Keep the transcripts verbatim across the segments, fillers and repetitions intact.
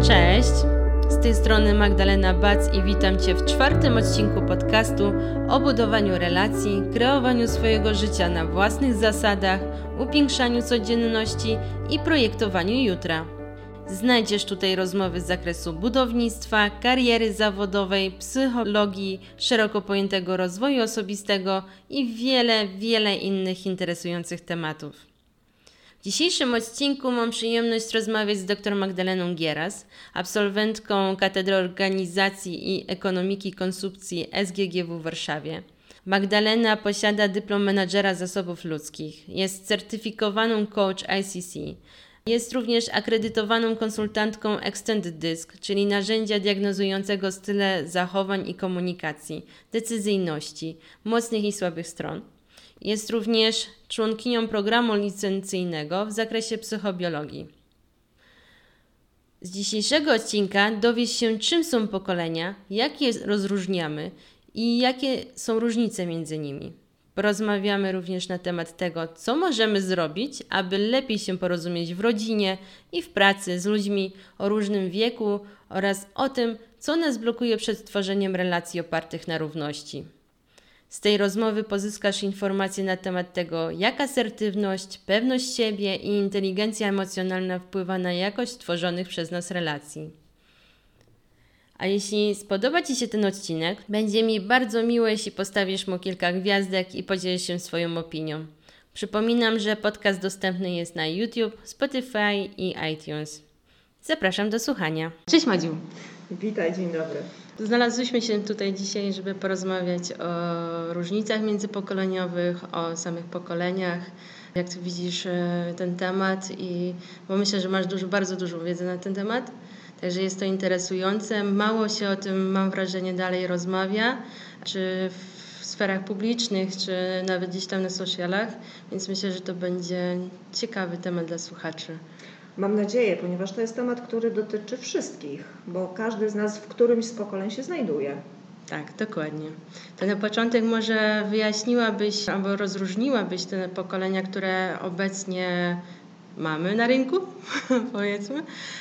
Cześć, z tej strony Magdalena Bac i witam Cię w czwartym odcinku podcastu o budowaniu relacji, kreowaniu swojego życia na własnych zasadach, upiększaniu codzienności i projektowaniu jutra. Znajdziesz tutaj rozmowy z zakresu budownictwa, kariery zawodowej, psychologii, szeroko pojętego rozwoju osobistego i wiele, wiele innych interesujących tematów. W dzisiejszym odcinku mam przyjemność rozmawiać z dr Magdaleną Gieras, absolwentką Katedry Organizacji i Ekonomiki Konsumpcji S G G W w Warszawie. Magdalena posiada dyplom menadżera zasobów ludzkich, jest certyfikowaną coach I C C. Jest również akredytowaną konsultantką Extended Disc, czyli narzędzia diagnozującego style zachowań i komunikacji, decyzyjności, mocnych i słabych stron. Jest również członkinią programu licencyjnego w zakresie psychobiologii. Z dzisiejszego odcinka dowiesz się, czym są pokolenia, jak je rozróżniamy i jakie są różnice między nimi. Porozmawiamy również na temat tego, co możemy zrobić, aby lepiej się porozumieć w rodzinie i w pracy z ludźmi o różnym wieku oraz o tym, co nas blokuje przed tworzeniem relacji opartych na równości. Z tej rozmowy pozyskasz informacje na temat tego, jak asertywność, pewność siebie i inteligencja emocjonalna wpływa na jakość tworzonych przez nas relacji. A jeśli spodoba Ci się ten odcinek, będzie mi bardzo miło, jeśli postawisz mu kilka gwiazdek i podzielisz się swoją opinią. Przypominam, że podcast dostępny jest na YouTube, Spotify i iTunes. Zapraszam do słuchania. Cześć Madziu. Witaj, dzień dobry. Znalazłyśmy się tutaj dzisiaj, żeby porozmawiać o różnicach międzypokoleniowych, o samych pokoleniach. Jak Ty widzisz ten temat, i bo myślę, że masz dużo, bardzo dużą wiedzę na ten temat. Także jest to interesujące. Mało się o tym, mam wrażenie, dalej rozmawia, czy w sferach publicznych, czy nawet gdzieś tam na socialach, więc myślę, że to będzie ciekawy temat dla słuchaczy. Mam nadzieję, ponieważ to jest temat, który dotyczy wszystkich, bo każdy z nas w którymś z pokoleń się znajduje. Tak, dokładnie. To na początek może wyjaśniłabyś albo rozróżniłabyś te pokolenia, które obecnie mamy na rynku, powiedzmy,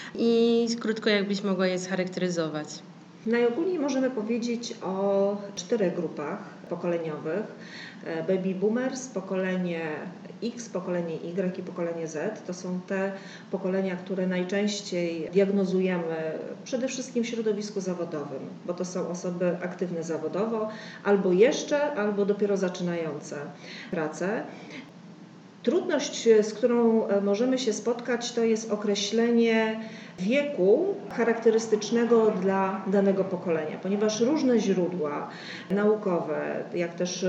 i krótko jakbyś mogła je scharakteryzować. Najogólniej możemy powiedzieć o czterech grupach pokoleniowych. Baby boomers, pokolenie X, pokolenie Y i pokolenie Z. To są te pokolenia, które najczęściej diagnozujemy przede wszystkim w środowisku zawodowym, bo to są osoby aktywne zawodowo, albo jeszcze, albo dopiero zaczynające pracę. Trudność, z którą możemy się spotkać, to jest określenie wieku charakterystycznego dla danego pokolenia, ponieważ różne źródła naukowe, jak też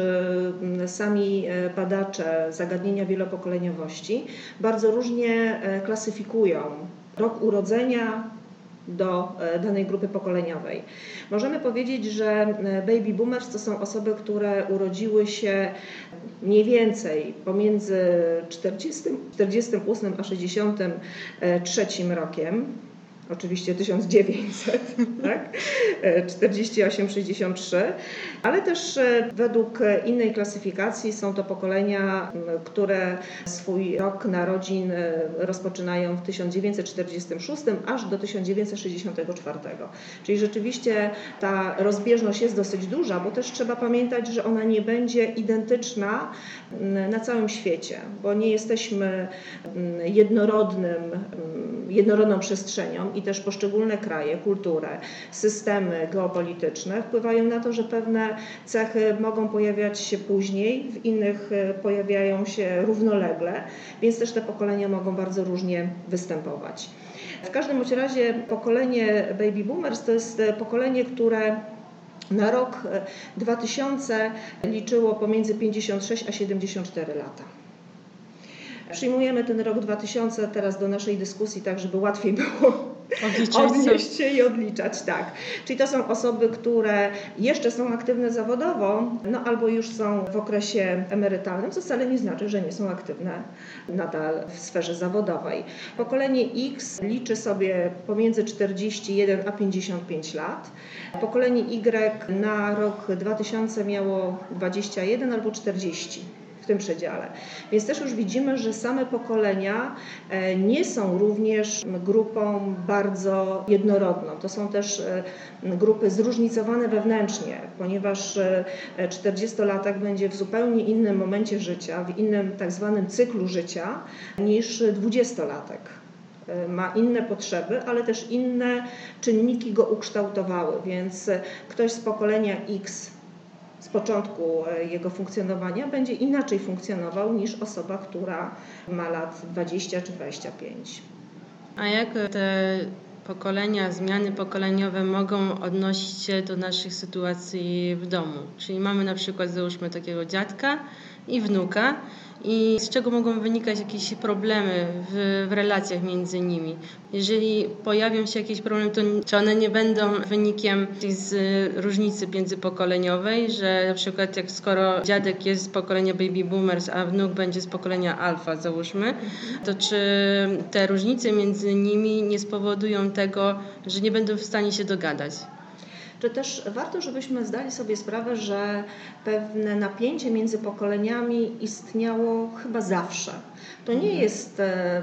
sami badacze zagadnienia wielopokoleniowości bardzo różnie klasyfikują rok urodzenia do danej grupy pokoleniowej. Możemy powiedzieć, że baby boomers to są osoby, które urodziły się mniej więcej pomiędzy czterdziestym, czterdziestym ósmym a sześćdziesiątym trzecim rokiem. Oczywiście tysiąc dziewięćset, tak? czterdzieści osiem sześćdziesiąt trzy, ale też według innej klasyfikacji są to pokolenia, które swój rok narodzin rozpoczynają w tysiąc dziewięćset czterdziestym szóstym aż do tysiąc dziewięćset sześćdziesiątego czwartego. Czyli rzeczywiście ta rozbieżność jest dosyć duża, bo też trzeba pamiętać, że ona nie będzie identyczna na całym świecie, bo nie jesteśmy jednorodnym, jednorodną przestrzenią i też poszczególne kraje, kultury, systemy geopolityczne wpływają na to, że pewne cechy mogą pojawiać się później, w innych pojawiają się równolegle, więc też te pokolenia mogą bardzo różnie występować. W każdym bądź razie pokolenie baby boomers to jest pokolenie, które na rok dwa tysiące liczyło pomiędzy pięćdziesiąt sześć a siedemdziesiąt cztery lata. Przyjmujemy ten rok dwa tysiące teraz do naszej dyskusji, tak żeby łatwiej było odnieść się i odliczać. Tak. Czyli to są osoby, które jeszcze są aktywne zawodowo, no albo już są w okresie emerytalnym, co wcale nie znaczy, że nie są aktywne nadal w sferze zawodowej. Pokolenie X liczy sobie pomiędzy czterdzieści jeden a pięćdziesiąt pięć lat. Pokolenie Y na rok dwa tysiące miało dwadzieścia jeden albo czterdzieści. w tym przedziale. Więc też już widzimy, że same pokolenia nie są również grupą bardzo jednorodną. To są też grupy zróżnicowane wewnętrznie, ponieważ czterdziestolatek będzie w zupełnie innym momencie życia, w innym tak zwanym cyklu życia niż dwudziestolatek. Ma inne potrzeby, ale też inne czynniki go ukształtowały, więc ktoś z pokolenia X z początku jego funkcjonowania będzie inaczej funkcjonował niż osoba, która ma lat dwadzieścia czy dwadzieścia pięć. A jak te pokolenia, zmiany pokoleniowe mogą odnosić się do naszych sytuacji w domu? Czyli mamy na przykład, załóżmy, takiego dziadka i wnuka, i z czego mogą wynikać jakieś problemy w, w relacjach między nimi. Jeżeli pojawią się jakieś problemy, to czy one nie będą wynikiem z różnicy międzypokoleniowej, że na przykład jak skoro dziadek jest z pokolenia baby boomers, a wnuk będzie z pokolenia alfa, załóżmy, to czy te różnice między nimi nie spowodują tego, że nie będą w stanie się dogadać? Czy też warto, żebyśmy zdali sobie sprawę, że pewne napięcie między pokoleniami istniało chyba zawsze. To nie jest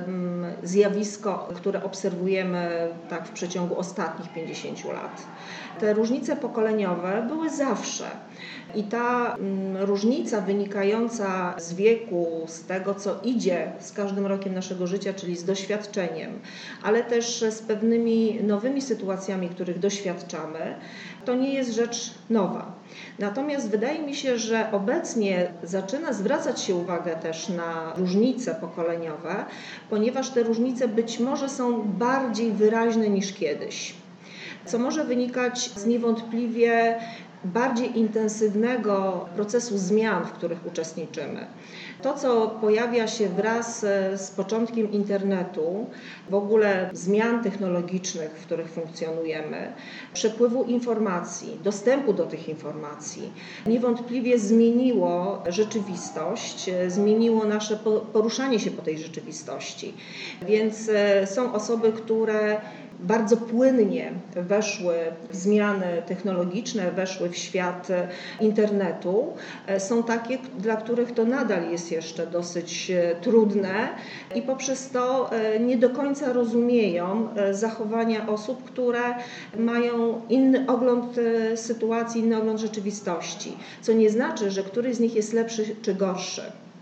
zjawisko, które obserwujemy tak w przeciągu ostatnich pięćdziesięciu lat. Te różnice pokoleniowe były zawsze. I ta różnica wynikająca z wieku, z tego, co idzie z każdym rokiem naszego życia, czyli z doświadczeniem, ale też z pewnymi nowymi sytuacjami, których doświadczamy, to nie jest rzecz nowa. Natomiast wydaje mi się, że obecnie zaczyna zwracać się uwagę też na różnice pokoleniowe, ponieważ te różnice być może są bardziej wyraźne niż kiedyś, co może wynikać z niewątpliwie bardziej intensywnego procesu zmian, w których uczestniczymy. To, co pojawia się wraz z początkiem internetu, w ogóle zmian technologicznych, w których funkcjonujemy, przepływu informacji, dostępu do tych informacji, niewątpliwie zmieniło rzeczywistość, zmieniło nasze poruszanie się po tej rzeczywistości. Więc są osoby, które bardzo płynnie weszły w zmiany technologiczne, weszły w świat internetu. Są takie, dla których to nadal jest jeszcze dosyć trudne i poprzez to nie do końca rozumieją zachowania osób, które mają inny ogląd sytuacji, inny ogląd rzeczywistości, co nie znaczy, że któryś z nich jest lepszy czy gorszy.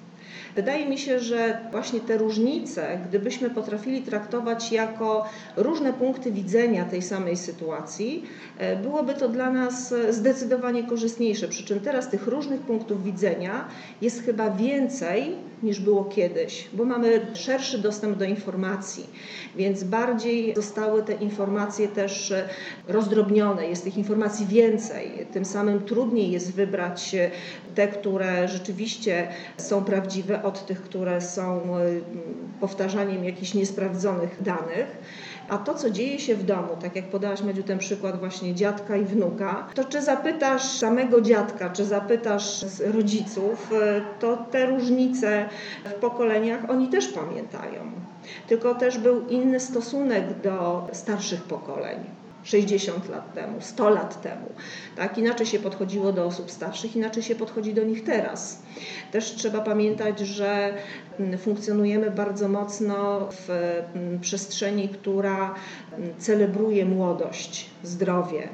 Wydaje mi się, że właśnie te różnice, gdybyśmy potrafili traktować jako różne punkty widzenia tej samej sytuacji, byłoby to dla nas zdecydowanie korzystniejsze. Przy czym teraz tych różnych punktów widzenia jest chyba więcej niż było kiedyś, bo mamy szerszy dostęp do informacji, więc bardziej zostały te informacje też rozdrobnione, jest tych informacji więcej, tym samym trudniej jest wybrać te, które rzeczywiście są prawdziwe, od tych, które są powtarzaniem jakichś niesprawdzonych danych. A to, co dzieje się w domu, tak jak podałaś, Madziu, ten przykład właśnie dziadka i wnuka, to czy zapytasz samego dziadka, czy zapytasz rodziców, to te różnice w pokoleniach oni też pamiętają. Tylko też był inny stosunek do starszych pokoleń. sześćdziesiąt lat temu, sto lat temu. Tak? Inaczej się podchodziło do osób starszych, inaczej się podchodzi do nich teraz. Też trzeba pamiętać, że funkcjonujemy bardzo mocno w przestrzeni, która celebruje młodość, zdrowie,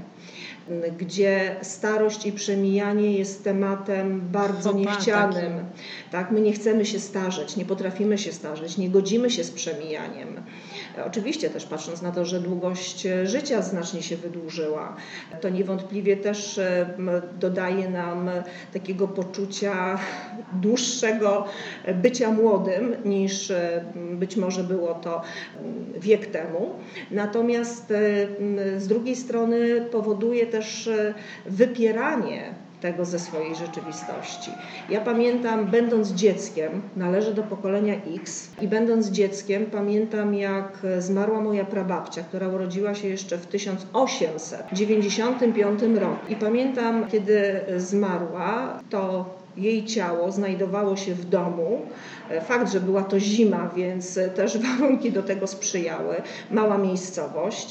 gdzie starość i przemijanie jest tematem bardzo Opa, niechcianym. Tak? My nie chcemy się starzeć, nie potrafimy się starzeć, nie godzimy się z przemijaniem. Oczywiście też patrząc na to, że długość życia znacznie się wydłużyła, to niewątpliwie też dodaje nam takiego poczucia dłuższego bycia młodym niż być może było to wiek temu. Natomiast z drugiej strony powoduje też wypieranie tego ze swojej rzeczywistości. Ja pamiętam, będąc dzieckiem, należę do pokolenia X i będąc dzieckiem pamiętam, jak zmarła moja prababcia, która urodziła się jeszcze w tysiąc osiemset dziewięćdziesiątym piątym roku. I pamiętam, kiedy zmarła, to jej ciało znajdowało się w domu. Fakt, że była to zima, więc też warunki do tego sprzyjały. Mała miejscowość.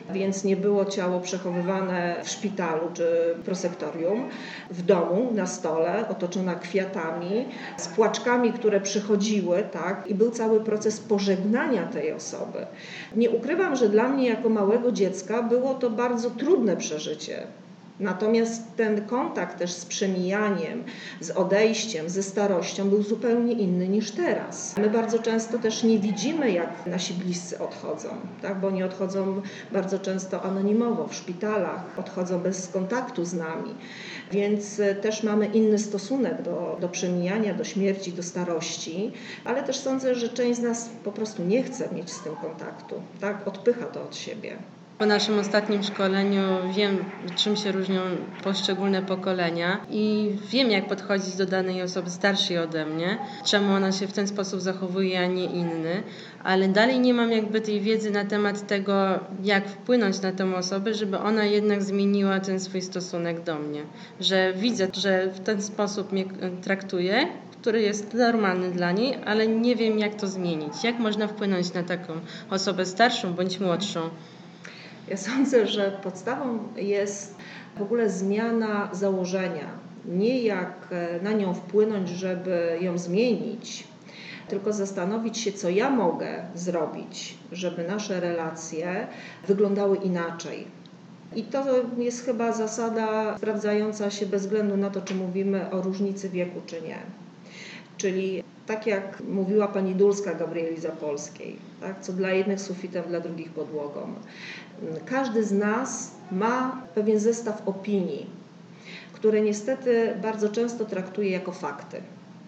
więc nie było ciało przechowywane w szpitalu czy prosektorium, w domu, na stole, otoczona kwiatami, z płaczkami, które przychodziły, tak, i był cały proces pożegnania tej osoby. Nie ukrywam, że dla mnie jako małego dziecka było to bardzo trudne przeżycie. Natomiast ten kontakt też z przemijaniem, z odejściem, ze starością był zupełnie inny niż teraz. My bardzo często też nie widzimy, jak nasi bliscy odchodzą, tak? Bo oni odchodzą bardzo często anonimowo, w szpitalach, odchodzą bez kontaktu z nami. Więc też mamy inny stosunek do, do przemijania, do śmierci, do starości, ale też sądzę, że część z nas po prostu nie chce mieć z tym kontaktu, tak? Odpycha to od siebie. Po naszym ostatnim szkoleniu wiem, czym się różnią poszczególne pokolenia i wiem, jak podchodzić do danej osoby starszej ode mnie, czemu ona się w ten sposób zachowuje, a nie inny, ale dalej nie mam jakby tej wiedzy na temat tego, jak wpłynąć na tę osobę, żeby ona jednak zmieniła ten swój stosunek do mnie. Że widzę, że w ten sposób mnie traktuje, który jest normalny dla niej, ale nie wiem, jak to zmienić. Jak można wpłynąć na taką osobę starszą bądź młodszą? Ja sądzę, że podstawą jest w ogóle zmiana założenia. Nie jak na nią wpłynąć, żeby ją zmienić, tylko zastanowić się, co ja mogę zrobić, żeby nasze relacje wyglądały inaczej. I to jest chyba zasada sprawdzająca się bez względu na to, czy mówimy o różnicy wieku, czy nie. Czyli tak jak mówiła pani Dulska Gabrieli Zapolskiej, tak, co dla jednych sufitem, dla drugich podłogą. Każdy z nas ma pewien zestaw opinii, które niestety bardzo często traktuje jako fakty.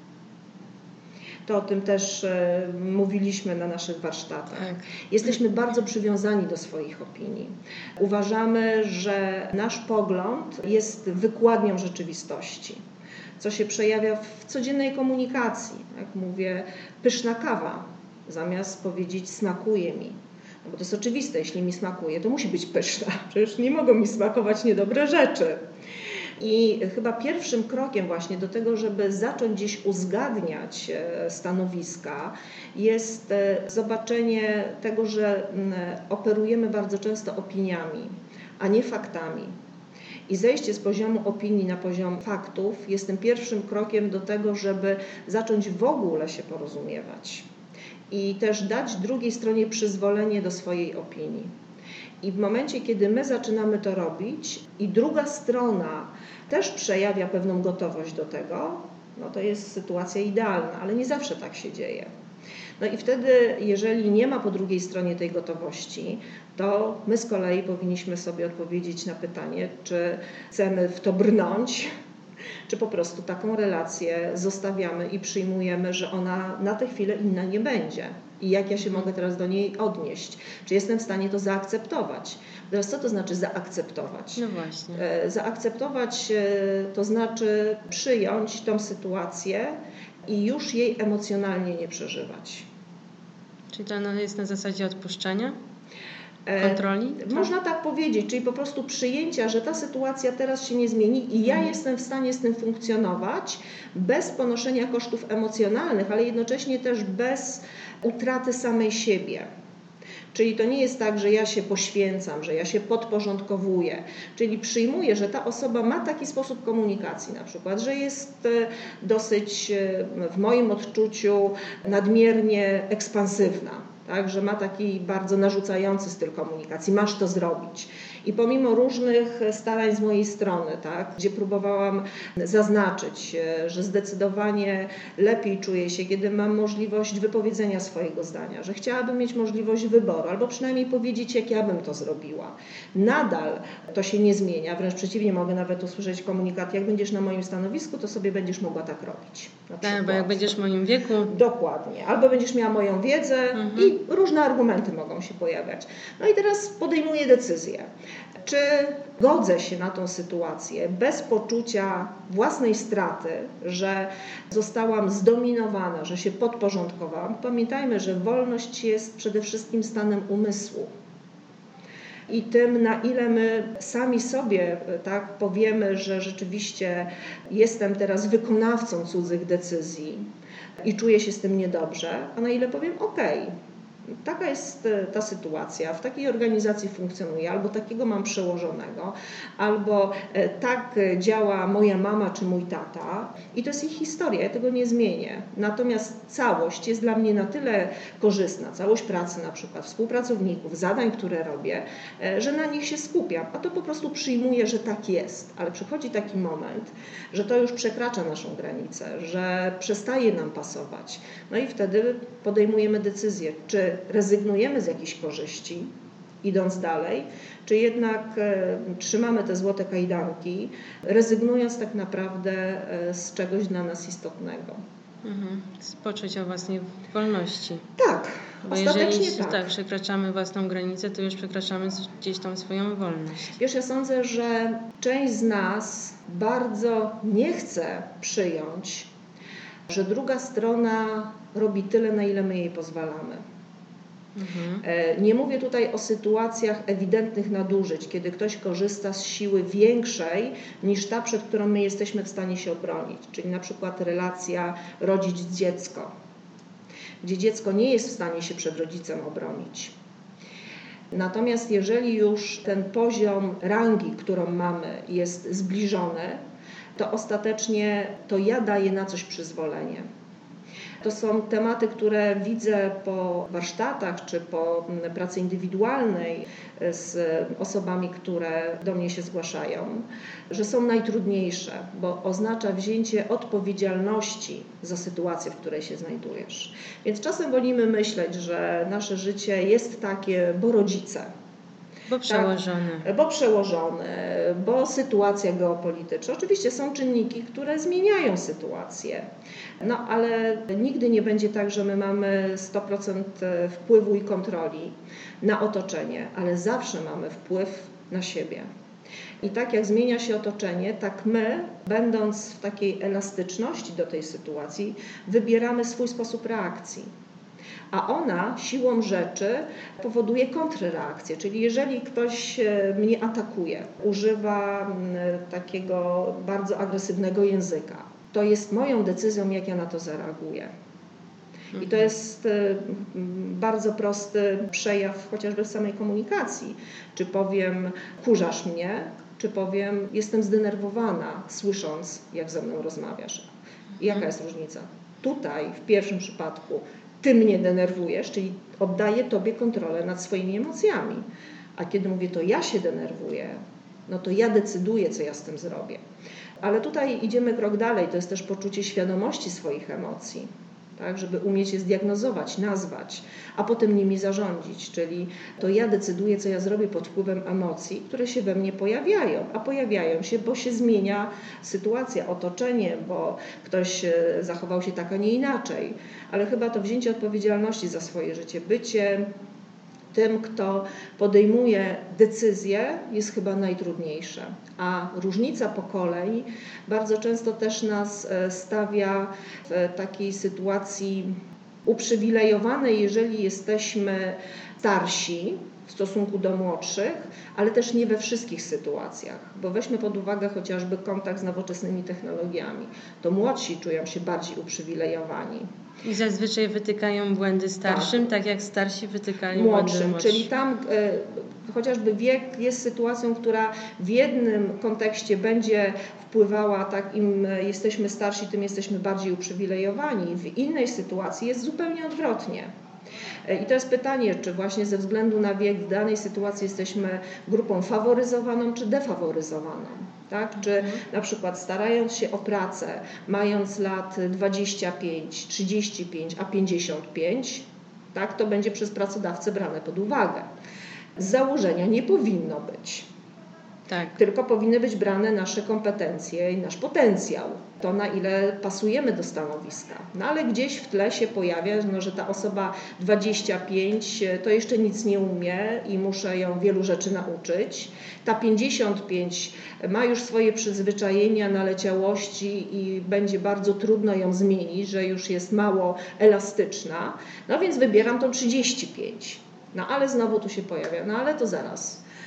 To o tym też e, mówiliśmy na naszych warsztatach. Tak. Jesteśmy bardzo przywiązani do swoich opinii. Uważamy, że nasz pogląd jest wykładnią rzeczywistości, co się przejawia w codziennej komunikacji. Jak mówię, pyszna kawa, zamiast powiedzieć smakuje mi. No bo to jest oczywiste, jeśli mi smakuje, to musi być pyszna. Przecież nie mogą mi smakować niedobre rzeczy. I chyba pierwszym krokiem właśnie do tego, żeby zacząć gdzieś uzgadniać stanowiska, jest zobaczenie tego, że operujemy bardzo często opiniami, a nie faktami. I zejście z poziomu opinii na poziom faktów jest tym pierwszym krokiem do tego, żeby zacząć w ogóle się porozumiewać i też dać drugiej stronie przyzwolenie do swojej opinii. I w momencie, kiedy my zaczynamy to robić i druga strona też przejawia pewną gotowość do tego, no to jest sytuacja idealna, ale nie zawsze tak się dzieje. No i wtedy, jeżeli nie ma po drugiej stronie tej gotowości, to my z kolei powinniśmy sobie odpowiedzieć na pytanie, czy chcemy w to brnąć, czy po prostu taką relację zostawiamy i przyjmujemy, że ona na tę chwilę inna nie będzie. I jak ja się mogę teraz do niej odnieść? Czy jestem w stanie to zaakceptować? Teraz co to znaczy zaakceptować? No właśnie. Zaakceptować to znaczy przyjąć tą sytuację i już jej emocjonalnie nie przeżywać. Czyli to jest na zasadzie odpuszczenia? Kontroli? Można tak powiedzieć, czyli po prostu przyjęcia, że ta sytuacja teraz się nie zmieni i ja mhm. jestem w stanie z tym funkcjonować bez ponoszenia kosztów emocjonalnych, ale jednocześnie też bez utraty samej siebie. Czyli to nie jest tak, że ja się poświęcam, że ja się podporządkowuję, czyli przyjmuję, że ta osoba ma taki sposób komunikacji na przykład, że jest dosyć w moim odczuciu nadmiernie ekspansywna. Tak, że ma taki bardzo narzucający styl komunikacji, masz to zrobić. I pomimo różnych starań z mojej strony, tak, gdzie próbowałam zaznaczyć, że zdecydowanie lepiej czuję się, kiedy mam możliwość wypowiedzenia swojego zdania, że chciałabym mieć możliwość wyboru, albo przynajmniej powiedzieć, jak ja bym to zrobiła. Nadal to się nie zmienia, wręcz przeciwnie, mogę nawet usłyszeć komunikat, jak będziesz na moim stanowisku, to sobie będziesz mogła tak robić. Tak, bo jak będziesz w moim wieku. Dokładnie. Albo będziesz miała moją wiedzę mhm. i różne argumenty mogą się pojawiać. No i teraz podejmuję decyzję. Czy godzę się na tą sytuację bez poczucia własnej straty, że zostałam zdominowana, że się podporządkowałam? Pamiętajmy, że wolność jest przede wszystkim stanem umysłu. I tym, na ile my sami sobie tak powiemy, że rzeczywiście jestem teraz wykonawcą cudzych decyzji i czuję się z tym niedobrze, a na ile powiem okej, taka jest ta sytuacja, w takiej organizacji funkcjonuję, albo takiego mam przełożonego, albo tak działa moja mama czy mój tata i to jest ich historia, ja tego nie zmienię. Natomiast całość jest dla mnie na tyle korzystna, całość pracy na przykład, współpracowników, zadań, które robię, że na nich się skupiam, a to po prostu przyjmuję, że tak jest, ale przychodzi taki moment, że to już przekracza naszą granicę, że przestaje nam pasować. No i wtedy podejmujemy decyzję, czy rezygnujemy z jakichś korzyści, idąc dalej, czy jednak e, trzymamy te złote kajdanki, rezygnując tak naprawdę e, z czegoś dla nas istotnego. Mhm. Z poczucia własnej wolności. Tak, bo ostatecznie jeżeli tak. tak, przekraczamy własną granicę, to już przekraczamy gdzieś tam swoją wolność. Wiesz, ja sądzę, że część z nas bardzo nie chce przyjąć, że druga strona robi tyle, na ile my jej pozwalamy. Mhm. Nie mówię tutaj o sytuacjach ewidentnych nadużyć, kiedy ktoś korzysta z siły większej niż ta, przed którą my jesteśmy w stanie się obronić, czyli na przykład relacja rodzic-dziecko, gdzie dziecko nie jest w stanie się przed rodzicem obronić. Natomiast jeżeli już ten poziom rangi, którą mamy, jest zbliżony, to ostatecznie to ja daję na coś przyzwolenie. To są tematy, które widzę po warsztatach czy po pracy indywidualnej z osobami, które do mnie się zgłaszają, że są najtrudniejsze, bo oznacza wzięcie odpowiedzialności za sytuację, w której się znajdujesz. Więc czasem wolimy myśleć, że nasze życie jest takie, bo rodzice. Bo przełożone. Tak, bo przełożone, bo sytuacja geopolityczna. Oczywiście są czynniki, które zmieniają sytuację. No ale nigdy nie będzie tak, że my mamy sto procent wpływu i kontroli na otoczenie, ale zawsze mamy wpływ na siebie. I tak jak zmienia się otoczenie, tak my, będąc w takiej elastyczności do tej sytuacji, wybieramy swój sposób reakcji. A ona siłą rzeczy powoduje kontrreakcję, czyli jeżeli ktoś mnie atakuje, używa takiego bardzo agresywnego języka, to jest moją decyzją, jak ja na to zareaguję. I to jest bardzo prosty przejaw chociażby w samej komunikacji. Czy powiem, wkurzasz mnie, czy powiem, jestem zdenerwowana, słysząc, jak ze mną rozmawiasz. I jaka jest różnica? Tutaj, w pierwszym przypadku, ty mnie denerwujesz, czyli oddaję tobie kontrolę nad swoimi emocjami. A kiedy mówię, to ja się denerwuję, no to ja decyduję, co ja z tym zrobię. Ale tutaj idziemy krok dalej, to jest też poczucie świadomości swoich emocji, tak, żeby umieć je zdiagnozować, nazwać, a potem nimi zarządzić, czyli to ja decyduję, co ja zrobię pod wpływem emocji, które się we mnie pojawiają, a pojawiają się, bo się zmienia sytuacja, otoczenie, bo ktoś zachował się tak, a nie inaczej, ale chyba to wzięcie odpowiedzialności za swoje życie, bycie tym, kto podejmuje decyzje, jest chyba najtrudniejsze. A różnica pokoleń bardzo często też nas stawia w takiej sytuacji uprzywilejowanej, jeżeli jesteśmy starsi w stosunku do młodszych, ale też nie we wszystkich sytuacjach, bo weźmy pod uwagę chociażby kontakt z nowoczesnymi technologiami. To młodsi czują się bardziej uprzywilejowani. I zazwyczaj wytykają błędy starszym, tak, tak jak starsi wytykali młodszym, błędy młodszym. Czyli tam y, chociażby wiek jest sytuacją, która w jednym kontekście będzie wpływała, tak im jesteśmy starsi, tym jesteśmy bardziej uprzywilejowani. W innej sytuacji jest zupełnie odwrotnie. I to jest pytanie, czy właśnie ze względu na wiek w danej sytuacji jesteśmy grupą faworyzowaną czy defaworyzowaną. Tak? Czy na przykład starając się o pracę, mając lat dwadzieścia pięć, trzydzieści pięć, a pięćdziesiąt pięć, tak, to będzie przez pracodawcę brane pod uwagę. Z założenia nie powinno być. Tak. Tylko powinny być brane nasze kompetencje i nasz potencjał, to na ile pasujemy do stanowiska. No ale gdzieś w tle się pojawia, no, że ta osoba dwadzieścia pięć to jeszcze nic nie umie i muszę ją wielu rzeczy nauczyć. Ta pięćdziesiąt pięć ma już swoje przyzwyczajenia, naleciałości i będzie bardzo trudno ją zmienić, że już jest mało elastyczna. No więc wybieram tą trzydzieści pięć. No ale znowu tu się pojawia, no ale to zaraz.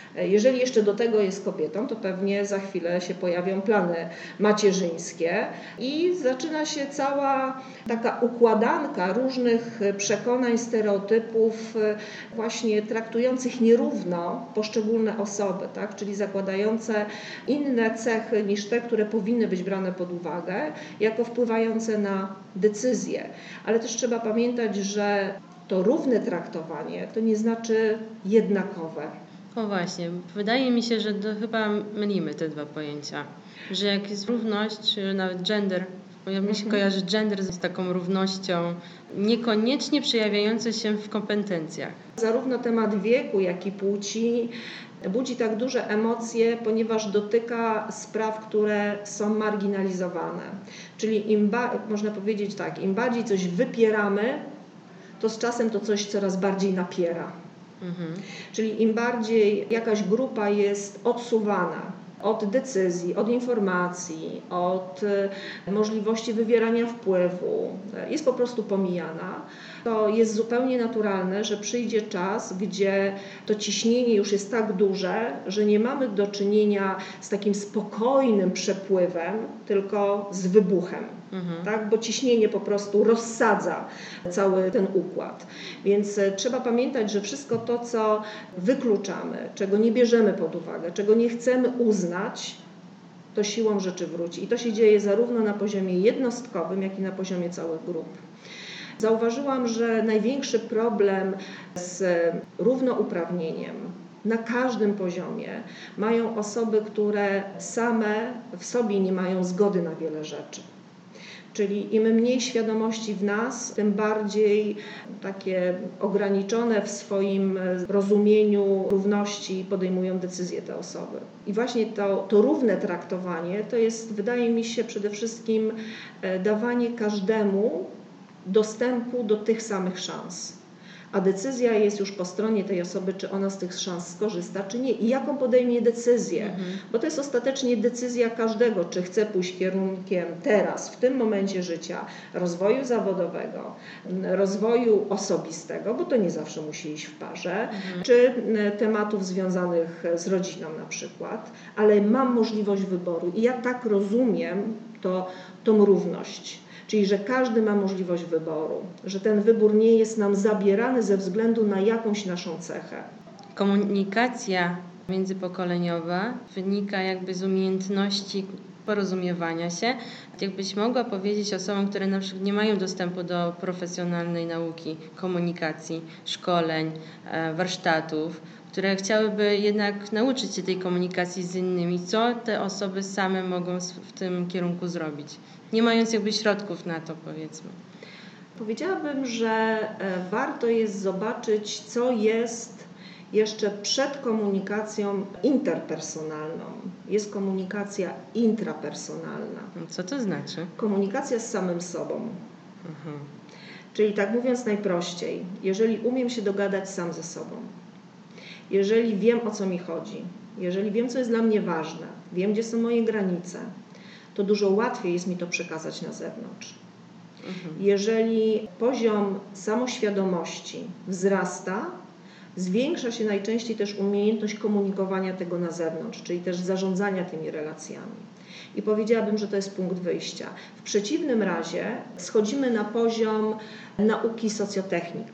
Jeżeli jeszcze do tego jest kobietą, to pewnie za chwilę się pojawią plany macierzyńskie i zaczyna się cała taka układanka różnych przekonań, stereotypów właśnie traktujących nierówno poszczególne osoby, tak? Czyli zakładające inne cechy niż te, które powinny być brane pod uwagę, jako wpływające na decyzje. Ale też trzeba pamiętać, że to równe traktowanie to nie znaczy jednakowe. O właśnie, wydaje mi się, że to chyba mylimy te dwa pojęcia. Że jak jest równość, czy nawet gender, bo ja mi się kojarzy gender z taką równością, niekoniecznie przejawiającą się w kompetencjach. Zarówno temat wieku, jak i płci budzi tak duże emocje, ponieważ dotyka spraw, które są marginalizowane. Czyli im ba- można powiedzieć tak, im bardziej coś wypieramy, to z czasem to coś coraz bardziej napiera. Mhm. Czyli im bardziej jakaś grupa jest odsuwana od decyzji, od informacji, od możliwości wywierania wpływu, jest po prostu pomijana, to jest zupełnie naturalne, że przyjdzie czas, gdzie to ciśnienie już jest tak duże, że nie mamy do czynienia z takim spokojnym przepływem, tylko z wybuchem. Mhm. Tak? Bo ciśnienie po prostu rozsadza cały ten układ. Więc trzeba pamiętać, że wszystko to, co wykluczamy, czego nie bierzemy pod uwagę, czego nie chcemy uznać, to siłą rzeczy wróci. I to się dzieje zarówno na poziomie jednostkowym, jak i na poziomie całych grup. Zauważyłam, że największy problem z równouprawnieniem na każdym poziomie mają osoby, które same w sobie nie mają zgody na wiele rzeczy. Czyli im mniej świadomości w nas, tym bardziej takie ograniczone w swoim rozumieniu równości podejmują decyzje te osoby. I właśnie to, to równe traktowanie to jest, wydaje mi się, przede wszystkim dawanie każdemu dostępu do tych samych szans. A decyzja jest już po stronie tej osoby, czy ona z tych szans skorzysta, czy nie i jaką podejmie decyzję. Mhm. Bo to jest ostatecznie decyzja każdego, czy chce pójść kierunkiem teraz, w tym momencie życia, rozwoju zawodowego, rozwoju osobistego, bo to nie zawsze musi iść w parze, mhm. czy tematów związanych z rodziną na przykład, ale mam możliwość wyboru i ja tak rozumiem to, tą równość. Czyli, że każdy ma możliwość wyboru, że ten wybór nie jest nam zabierany ze względu na jakąś naszą cechę. Komunikacja międzypokoleniowa wynika jakby z umiejętności porozumiewania się. Jakbyś mogła powiedzieć osobom, które na przykład nie mają dostępu do profesjonalnej nauki komunikacji, szkoleń, warsztatów, które chciałyby jednak nauczyć się tej komunikacji z innymi, co te osoby same mogą w tym kierunku zrobić, nie mając jakby środków na to, powiedzmy. Powiedziałabym, że warto jest zobaczyć, co jest jeszcze przed komunikacją interpersonalną. Jest komunikacja intrapersonalna. Co to znaczy? Komunikacja z samym sobą. Mhm. Czyli tak mówiąc najprościej, jeżeli umiem się dogadać sam ze sobą, jeżeli wiem, o co mi chodzi, jeżeli wiem, co jest dla mnie ważne, wiem, gdzie są moje granice, to dużo łatwiej jest mi to przekazać na zewnątrz. Mhm. Jeżeli poziom samoświadomości wzrasta, zwiększa się najczęściej też umiejętność komunikowania tego na zewnątrz, czyli też zarządzania tymi relacjami. I powiedziałabym, że to jest punkt wyjścia. W przeciwnym razie schodzimy na poziom nauki socjotechnik.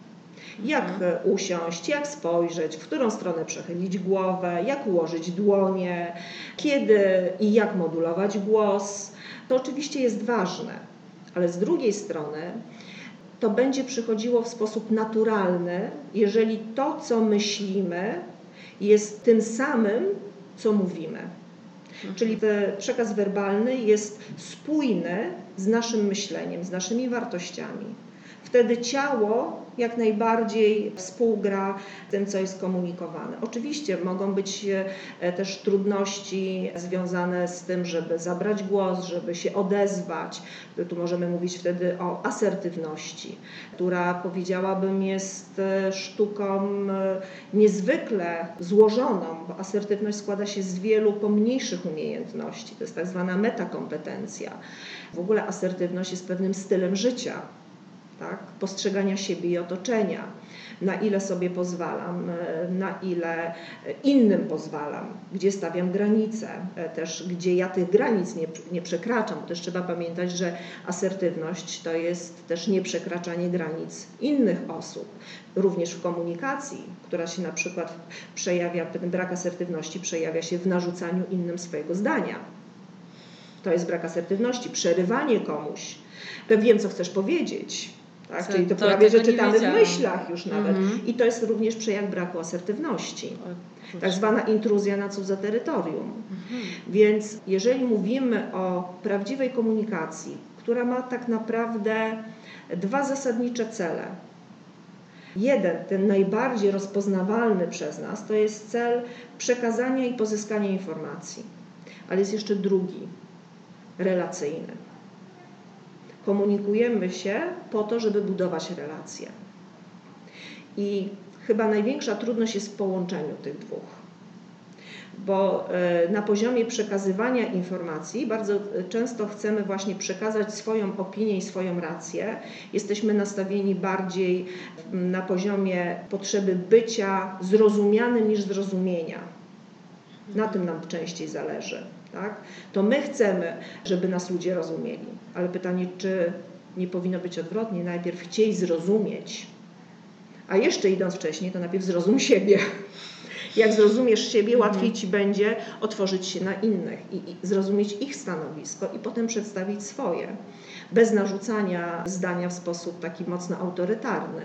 Jak usiąść, jak spojrzeć, w którą stronę przechylić głowę, jak ułożyć dłonie, kiedy i jak modulować głos. To oczywiście jest ważne, ale z drugiej strony to będzie przychodziło w sposób naturalny, jeżeli to, co myślimy, jest tym samym, co mówimy. Mhm. Czyli ten przekaz werbalny jest spójny z naszym myśleniem, z naszymi wartościami. Wtedy ciało jak najbardziej współgra z tym, co jest komunikowane. Oczywiście mogą być też trudności związane z tym, żeby zabrać głos, żeby się odezwać. Tu możemy mówić wtedy o asertywności, która, powiedziałabym, jest sztuką niezwykle złożoną, bo asertywność składa się z wielu pomniejszych umiejętności. To jest tak zwana metakompetencja. W ogóle asertywność jest pewnym stylem życia. tak? Postrzegania siebie i otoczenia. Na ile sobie pozwalam, na ile innym pozwalam, gdzie stawiam granice, też gdzie ja tych granic nie, nie przekraczam. Bo też trzeba pamiętać, że asertywność to jest też nieprzekraczanie granic innych osób. Również w komunikacji, która się na przykład przejawia, ten brak asertywności przejawia się w narzucaniu innym swojego zdania. To jest brak asertywności, przerywanie komuś. To wiem, co chcesz powiedzieć. Tak? Co, Czyli to, to prawie, że nie czytamy wiedziałam. w myślach już nawet. Mhm. I to jest również przejaw braku asertywności. O, Tak zwana intruzja na cudze terytorium. Mhm. Więc jeżeli mówimy o prawdziwej komunikacji, która ma tak naprawdę dwa zasadnicze cele. Jeden, ten najbardziej rozpoznawalny przez nas, to jest cel przekazania i pozyskania informacji. Ale jest jeszcze drugi, relacyjny. Komunikujemy się po to, żeby budować relacje. I chyba największa trudność jest w połączeniu tych dwóch. Bo na poziomie przekazywania informacji bardzo często chcemy właśnie przekazać swoją opinię i swoją rację. Jesteśmy nastawieni bardziej na poziomie potrzeby bycia zrozumianym niż zrozumienia. Na tym nam częściej zależy. Tak? To my chcemy, żeby nas ludzie rozumieli. Ale pytanie, czy nie powinno być odwrotnie? Najpierw chciej zrozumieć, a jeszcze idąc wcześniej, to najpierw zrozum siebie. Jak zrozumiesz siebie, łatwiej Ci będzie otworzyć się na innych i, i zrozumieć ich stanowisko i potem przedstawić swoje, bez narzucania zdania w sposób taki mocno autorytarny.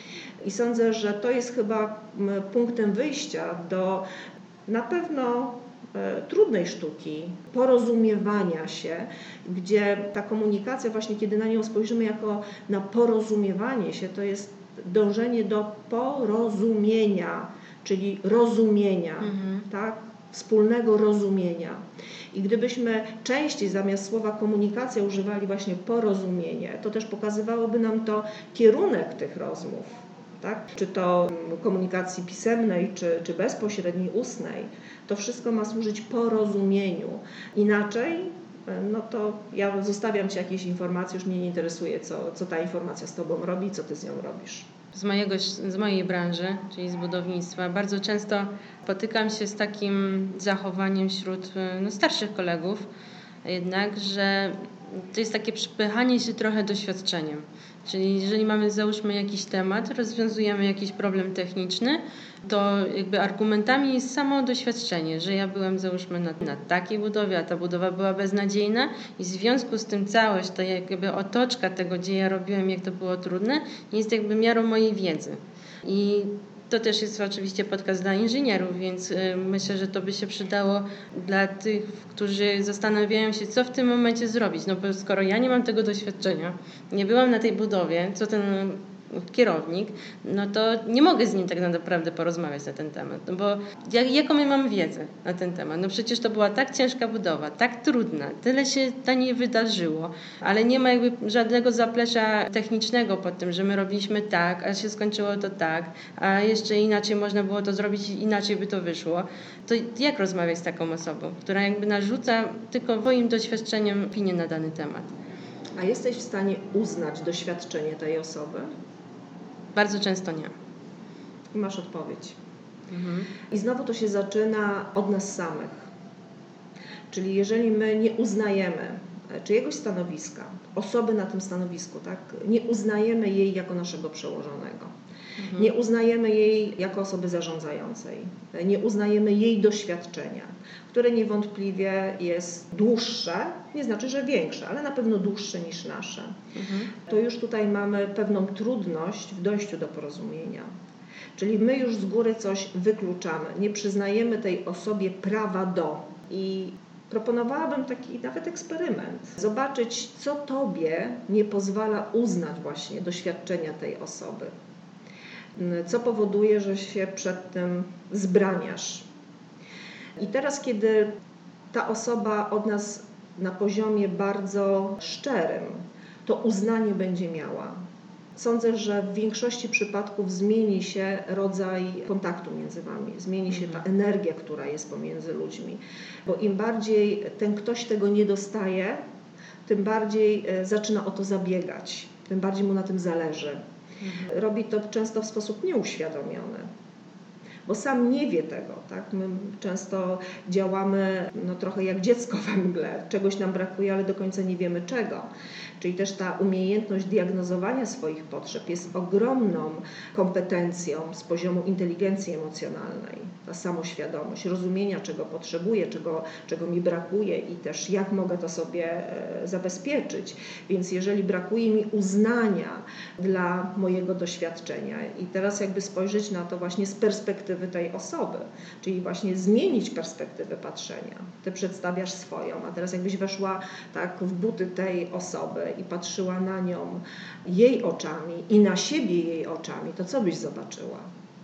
I sądzę, że to jest chyba punktem wyjścia do na pewno e, trudnej sztuki porozumiewania się, gdzie ta komunikacja właśnie, kiedy na nią spojrzymy jako na porozumiewanie się, to jest dążenie do porozumienia, czyli rozumienia, mhm. tak? Wspólnego rozumienia. I gdybyśmy częściej zamiast słowa komunikacja używali właśnie porozumienie, to też pokazywałoby nam to kierunek tych rozmów. Tak? Czy to komunikacji pisemnej, czy, czy bezpośredniej, ustnej. To wszystko ma służyć porozumieniu. Inaczej, no to ja zostawiam Ci jakieś informacje, już mnie nie interesuje, co, co ta informacja z Tobą robi, co Ty z nią robisz. Z, mojego, z mojej branży, czyli z budownictwa, bardzo często spotykam się z takim zachowaniem wśród no, starszych kolegów, jednak, że to jest takie przypychanie się trochę doświadczeniem. Czyli jeżeli mamy, załóżmy, jakiś temat, rozwiązujemy jakiś problem techniczny, to jakby argumentami jest samo doświadczenie, że ja byłem, załóżmy, na, na takiej budowie, a ta budowa była beznadziejna i w związku z tym całość, to jakby otoczka tego, gdzie ja robiłem, jak to było trudne, jest jakby miarą mojej wiedzy. I to też jest oczywiście podcast dla inżynierów, więc y, myślę, że to by się przydało dla tych, którzy zastanawiają się, co w tym momencie zrobić. No bo skoro ja nie mam tego doświadczenia, nie byłam na tej budowie, co ten kierownik, no to nie mogę z nim tak naprawdę porozmawiać na ten temat. No bo jak, jaką ja mam wiedzę na ten temat? No przecież to była tak ciężka budowa, tak trudna, tyle się na niej wydarzyło, ale nie ma jakby żadnego zaplecza technicznego pod tym, że my robiliśmy tak, a się skończyło to tak, a jeszcze inaczej można było to zrobić, inaczej by to wyszło. To jak rozmawiać z taką osobą, która jakby narzuca tylko swoim doświadczeniem opinię na dany temat? A jesteś w stanie uznać doświadczenie tej osoby? Bardzo często nie. I masz odpowiedź. Mhm. I znowu to się zaczyna od nas samych. Czyli jeżeli my nie uznajemy czyjegoś stanowiska, osoby na tym stanowisku, tak, nie uznajemy jej jako naszego przełożonego, mhm. nie uznajemy jej jako osoby zarządzającej, nie uznajemy jej doświadczenia, które niewątpliwie jest dłuższe, nie znaczy, że większe, ale na pewno dłuższe niż nasze. Mhm. To już tutaj mamy pewną trudność w dojściu do porozumienia. Czyli my już z góry coś wykluczamy, nie przyznajemy tej osobie prawa do. I proponowałabym taki nawet eksperyment. Zobaczyć, co Tobie nie pozwala uznać właśnie doświadczenia tej osoby. Co powoduje, że się przed tym zbraniasz. I teraz, kiedy ta osoba od nas na poziomie bardzo szczerym to uznanie będzie miała, sądzę, że w większości przypadków zmieni się rodzaj kontaktu między Wami, zmieni się ta energia, która jest pomiędzy ludźmi. Bo im bardziej ten ktoś tego nie dostaje, tym bardziej zaczyna o to zabiegać. tym bardziej mu na tym zależy. Mhm. Robi to często w sposób nieuświadomiony, bo sam nie wie tego, tak? My często działamy no, trochę jak dziecko we mgle, czegoś nam brakuje, ale do końca nie wiemy czego. Czyli też ta umiejętność diagnozowania swoich potrzeb jest ogromną kompetencją z poziomu inteligencji emocjonalnej. Ta samoświadomość, rozumienia czego potrzebuję, czego, czego mi brakuje i też jak mogę to sobie e, zabezpieczyć. Więc jeżeli brakuje mi uznania dla mojego doświadczenia i teraz jakby spojrzeć na to właśnie z perspektywy tej osoby, czyli właśnie zmienić perspektywę patrzenia. Ty przedstawiasz swoją, a teraz jakbyś weszła tak w buty tej osoby i patrzyła na nią jej oczami i na siebie jej oczami, to co byś zobaczyła?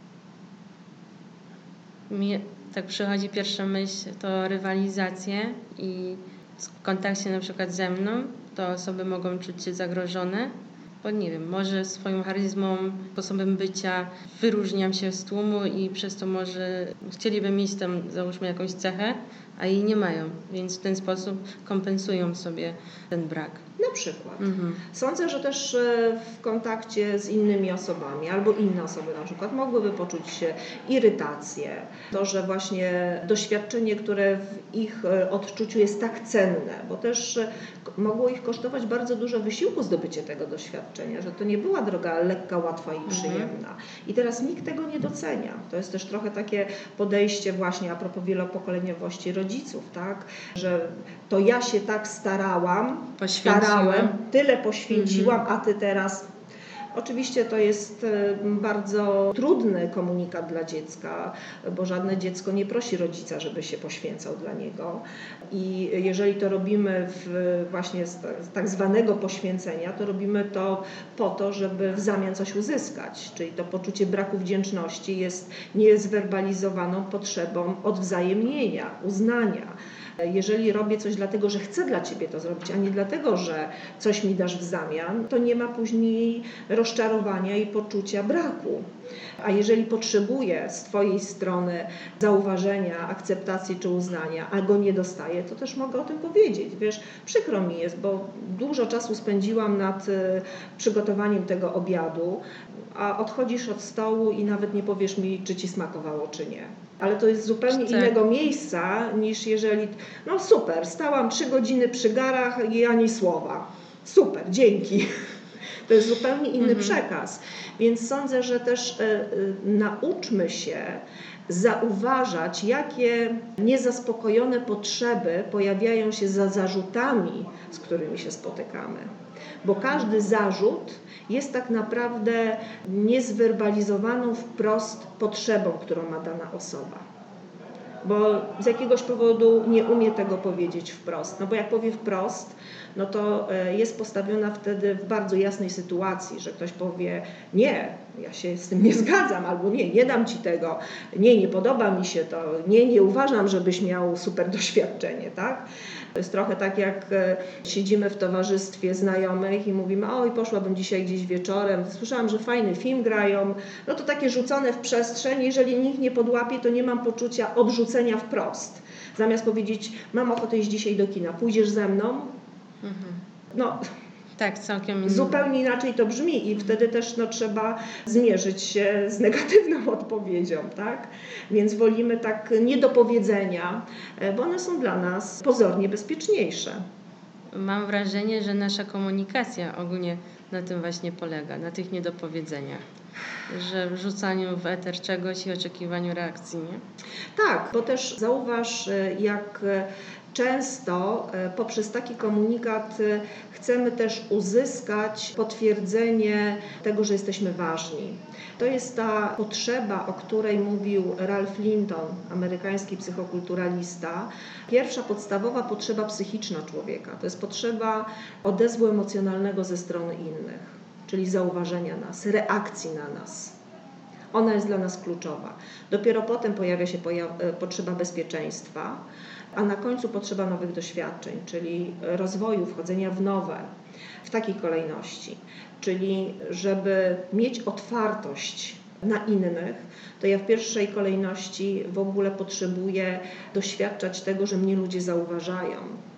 Mi tak przychodzi pierwsza myśl, to rywalizację i w kontakcie na przykład ze mną, to osoby mogą czuć się zagrożone, bo nie wiem, może swoją charyzmą, sposobem bycia wyróżniam się z tłumu i przez to może chcieliby mieć tam załóżmy jakąś cechę, a jej nie mają, więc w ten sposób kompensują sobie ten brak. Na przykład. Mhm. Sądzę, że też w kontakcie z innymi osobami albo inne osoby na przykład mogłyby poczuć irytację. To, że właśnie doświadczenie, które w ich odczuciu jest tak cenne, bo też mogło ich kosztować bardzo dużo wysiłku zdobycie tego doświadczenia, że to nie była droga lekka, łatwa i przyjemna. Mhm. I teraz nikt tego nie docenia. To jest też trochę takie podejście właśnie a propos wielopokoleniowości rodziców, tak? Że to ja się tak starałam, starałem, tyle poświęciłam, mhm. a ty teraz... Oczywiście to jest bardzo trudny komunikat dla dziecka, bo żadne dziecko nie prosi rodzica, żeby się poświęcał dla niego. I jeżeli to robimy w właśnie z tak zwanego poświęcenia, to robimy to po to, żeby w zamian coś uzyskać. Czyli to poczucie braku wdzięczności jest niezwerbalizowaną potrzebą odwzajemnienia, uznania. Jeżeli robię coś dlatego, że chcę dla Ciebie to zrobić, a nie dlatego, że coś mi dasz w zamian, to nie ma później rozczarowania i poczucia braku. A jeżeli potrzebuję z Twojej strony zauważenia, akceptacji czy uznania, a go nie dostaję, to też mogę o tym powiedzieć. Wiesz, przykro mi jest, bo dużo czasu spędziłam nad przygotowaniem tego obiadu, a odchodzisz od stołu i nawet nie powiesz mi, czy Ci smakowało, czy nie. Ale to jest zupełnie Chcę. innego miejsca niż jeżeli, no super, stałam trzy godziny przy garach i ani słowa. Super, dzięki. To jest zupełnie inny mhm. przekaz. Więc sądzę, że też y, y, nauczmy się zauważać, jakie niezaspokojone potrzeby pojawiają się za zarzutami, z którymi się spotykamy. Bo każdy zarzut jest tak naprawdę niezwerbalizowaną wprost potrzebą, którą ma dana osoba. Bo z jakiegoś powodu nie umie tego powiedzieć wprost. No bo jak powie wprost, no to jest postawiona wtedy w bardzo jasnej sytuacji, że ktoś powie nie, ja się z tym nie zgadzam, albo nie, nie dam Ci tego, nie, nie podoba mi się to, nie, nie uważam, żebyś miał super doświadczenie, tak? To jest trochę tak, jak siedzimy w towarzystwie znajomych i mówimy, oj, poszłabym dzisiaj gdzieś wieczorem, słyszałam, że fajny film grają, no to takie rzucone w przestrzeń, jeżeli nikt nie podłapie, to nie mam poczucia odrzucenia wprost. Zamiast powiedzieć, mam ochotę iść dzisiaj do kina, pójdziesz ze mną? Mhm. No... Tak, całkiem zupełnie inaczej to brzmi i wtedy też no, trzeba zmierzyć się z negatywną odpowiedzią, tak? Więc wolimy tak niedopowiedzenia, bo one są dla nas pozornie bezpieczniejsze. Mam wrażenie, że nasza komunikacja ogólnie na tym właśnie polega, na tych niedopowiedzeniach. Że wrzucaniu w eter czegoś i oczekiwaniu reakcji, nie? Tak, bo też zauważ, jak często poprzez taki komunikat chcemy też uzyskać potwierdzenie tego, że jesteśmy ważni. To jest ta potrzeba, o której mówił Ralph Linton, amerykański psychokulturalista. Pierwsza podstawowa potrzeba psychiczna człowieka. To jest potrzeba odezwu emocjonalnego ze strony innych, czyli zauważenia nas, reakcji na nas. Ona jest dla nas kluczowa. Dopiero potem pojawia się pojaw- potrzeba bezpieczeństwa, a na końcu potrzeba nowych doświadczeń, czyli rozwoju, wchodzenia w nowe, w takiej kolejności. Czyli żeby mieć otwartość na innych, to ja w pierwszej kolejności w ogóle potrzebuję doświadczać tego, że mnie ludzie zauważają,